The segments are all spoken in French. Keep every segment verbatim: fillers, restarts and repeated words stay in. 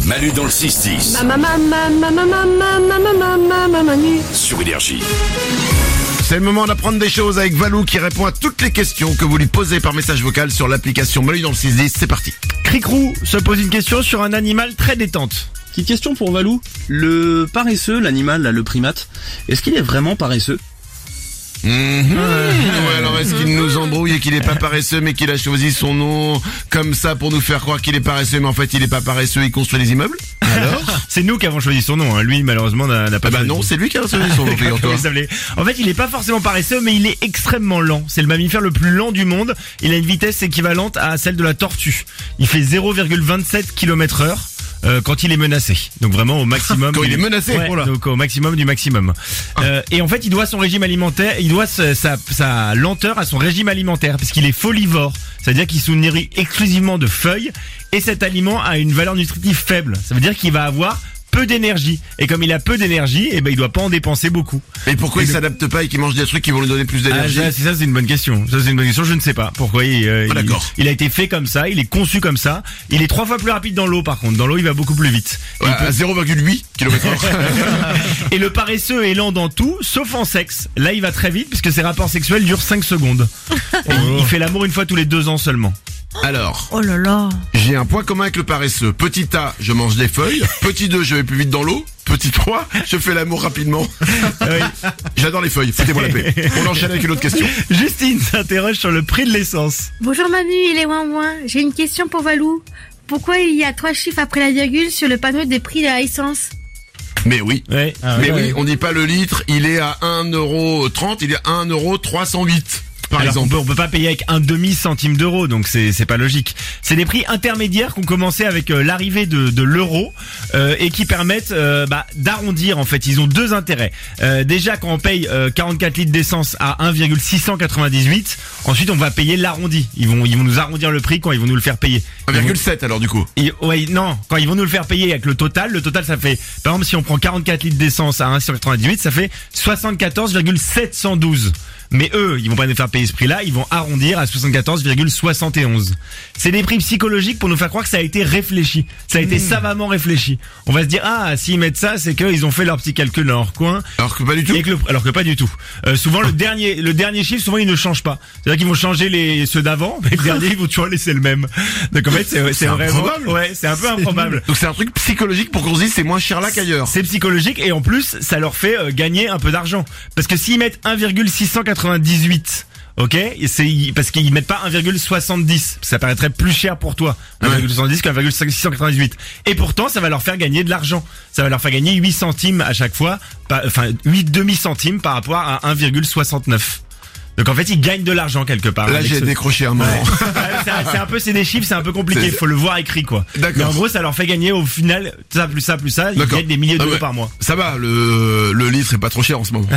Manu dans le six dix. Ma ma ma ma ma ma ma ma ma ma ma ma Manu. Sur Énergie. C'est le moment d'apprendre des choses avec Valou qui répond à toutes les questions que vous lui posez par message vocal sur l'application Manu dans le six dix. C'est parti. Cricrou se pose une question sur un animal très détente. Petite question pour Valou. Le paresseux, l'animal, là, le primate, est-ce qu'il est vraiment paresseux? Mmh. Ouais, alors est-ce qu'il nous embrouille et qu'il est pas paresseux mais qu'il a choisi son nom comme ça pour nous faire croire qu'il est paresseux mais en fait il est pas paresseux, il construit des immeubles? Alors C'est nous qui avons choisi son nom, hein. Lui malheureusement n'a, n'a pas ah bah choisi. non, c'est lui qui a choisi son nom, figure-toi. En fait il est pas forcément paresseux mais il est extrêmement lent. C'est le mammifère le plus lent du monde. Il a une vitesse équivalente à celle de la tortue. Il fait zéro virgule vingt-sept kilomètres heure. Euh, quand il est menacé, donc vraiment au maximum. Quand du... il est menacé, ouais, voilà. Donc au maximum du maximum. Euh, et en fait, il doit son régime alimentaire, il doit sa, sa, sa lenteur à son régime alimentaire, parce qu'il est folivore, c'est-à-dire qu'il se nourrit exclusivement de feuilles, et cet aliment a une valeur nutritive faible. Ça veut dire qu'il va avoir peu d'énergie, et comme il a peu d'énergie, et ben il doit pas en dépenser beaucoup. Et pourquoi et il le... s'adapte pas et qu'il mange des trucs qui vont lui donner plus d'énergie? Ah, ça, c'est ça, c'est une bonne question. Ça, c'est une bonne question. Je ne sais pas pourquoi. Il, euh, ah, d'accord. il, il a été fait comme ça. Il est conçu comme ça. Il est trois fois plus rapide dans l'eau. Par contre, dans l'eau, il va beaucoup plus vite. Ouais, peut... à zéro virgule huit kilomètres heure. Et le paresseux est lent dans tout, sauf en sexe. Là, il va très vite puisque ses rapports sexuels durent cinq secondes. Et il, il fait l'amour une fois tous les deux ans seulement. Alors, Oh là là. j'ai un point commun avec le paresseux. Petit A, je mange des feuilles. Petit deux, je vais plus vite dans l'eau. Petit trois, je fais l'amour rapidement. Oui. J'adore les feuilles, foutez-moi la paix. On enchaîne avec une autre question. Justine s'interroge sur le prix de l'essence. Bonjour Manu, il est ouin ouin. J'ai une question pour Valou. Pourquoi il y a trois chiffres après la virgule sur le panneau des prix de la essence? Mais oui. Ouais. Ah, Mais ouais. oui, on dit pas le litre, il est à un euro trente, il est à un euro trois cent huit. Par Alors exemple. on peut, on peut pas payer avec un demi centime d'euro, donc c'est c'est pas logique. C'est des prix intermédiaires qui ont commencé avec euh, l'arrivée de, de l'euro euh, et qui permettent euh, bah, d'arrondir. En fait, ils ont deux intérêts. Euh, déjà, quand on paye euh, quarante-quatre litres d'essence à un virgule six cent quatre-vingt-dix-huit, ensuite on va payer l'arrondi. Ils vont ils vont nous arrondir le prix quand ils vont nous le faire payer. un virgule sept alors du coup. Ils- ouais, non, quand ils vont nous le faire payer avec le total, le total ça fait, par exemple, si on prend quarante-quatre litres d'essence à un virgule six cent quatre-vingt-dix-huit, ça fait soixante-quatorze virgule sept cent douze. Mais eux, ils vont pas nous faire payer ce prix-là, ils vont arrondir à soixante-quatorze virgule soixante et onze. C'est des prix psychologiques pour nous faire croire que ça a été réfléchi. Ça a été Mmh. savamment réfléchi. On va se dire, ah, s'ils mettent ça, c'est qu'ils ont fait leur petit calcul dans leur coin. Alors que pas du tout. Et que le- alors que pas du tout. Euh, souvent le dernier, le dernier chiffre, souvent il ne change pas. C'est-à-dire qu'ils vont changer les ceux d'avant, mais le dernier ils vont toujours laisser le même. Donc en fait c'est c'est C'est vraiment, improbable. ouais, c'est un peu improbable. Donc c'est un truc psychologique pour qu'on se dise c'est moins cher là qu'ailleurs. C'est psychologique et en plus ça leur fait euh, gagner un peu d'argent. Parce que s'ils mettent un virgule six cent quatre-vingt-dix-huit, ok, et c'est parce qu'ils mettent pas un virgule soixante-dix, ça paraîtrait plus cher pour toi un virgule soixante-dix qu'un virgule six cent quatre-vingt-dix-huit. Et pourtant ça va leur faire gagner de l'argent. Ça va leur faire gagner huit centimes à chaque fois, pas- enfin huit demi centimes par rapport à un virgule soixante-neuf. Donc en fait ils gagnent de l'argent quelque part. Là avec j'ai ce- décroché un moment. Ouais, c'est, un- c'est un peu, c'est des chiffres, c'est un peu compliqué. C'est- Faut le voir écrit, quoi. D'accord. Mais en gros, ça leur fait gagner au final, ça plus ça plus ça, ils D'accord. gagnent des milliers Ah d'euros ouais. par mois. Ça va, le, le litre est pas trop cher en ce moment.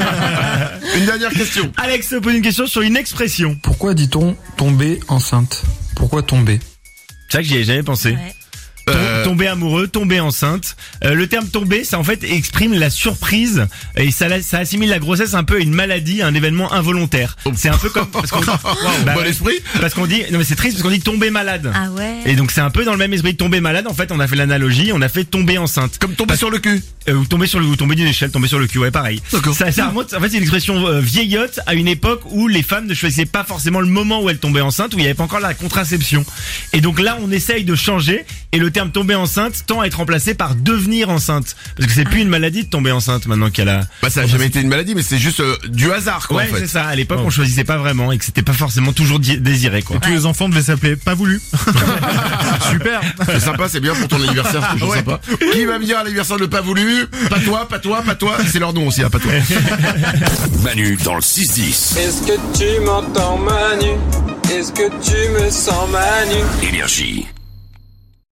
Une dernière question. Alex se pose une question sur une expression. Pourquoi dit-on tomber enceinte? Pourquoi tomber? C'est vrai que j'y ai jamais pensé. Ouais. Tom- Euh, Tomber amoureux, tomber enceinte. Euh, le terme tomber, ça en fait exprime la surprise et ça, la- ça assimile la grossesse un peu à une maladie, à un événement involontaire. C'est un peu comme parce qu'on, Bah bon ouais. esprit. parce qu'on dit, non mais c'est triste parce qu'on dit tomber malade. Ah ouais. Et donc c'est un peu dans le même esprit de tomber malade. En fait, on a fait l'analogie, on a fait tomber enceinte. Comme tomber Parce- sur le cul. Euh, ou tomber sur le, ou tomber d'une échelle, tomber sur le cul, ouais, pareil. D'accord. Ça, ça remonte, en fait, c'est une expression euh, vieillotte à une époque où les femmes ne choisissaient pas forcément le moment où elles tombaient enceintes, où il n'y avait pas encore la contraception. Et donc là, on essaye de changer, et le terme tomber enceinte tend à être remplacé par devenir enceinte. Parce que c'est plus une maladie de tomber enceinte maintenant qu'elle a... Bah ça a jamais été une maladie mais c'est juste euh, du hasard quoi Ouais, en fait. c'est ça. À l'époque, on choisissait pas vraiment, et que c'était pas forcément toujours di- désiré, quoi. Tous les enfants devaient s'appeler pas voulu. Super. C'est sympa, c'est bien pour ton anniversaire, c'est toujours Ouais. sympa. Qui va me dire l'anniversaire de pas voulu? Pas toi, pas toi, pas toi. C'est leur nom aussi, hein, pas toi. Manu dans le six dix. Est-ce que tu m'entends Manu? Est-ce que tu me sens Manu? Énergie.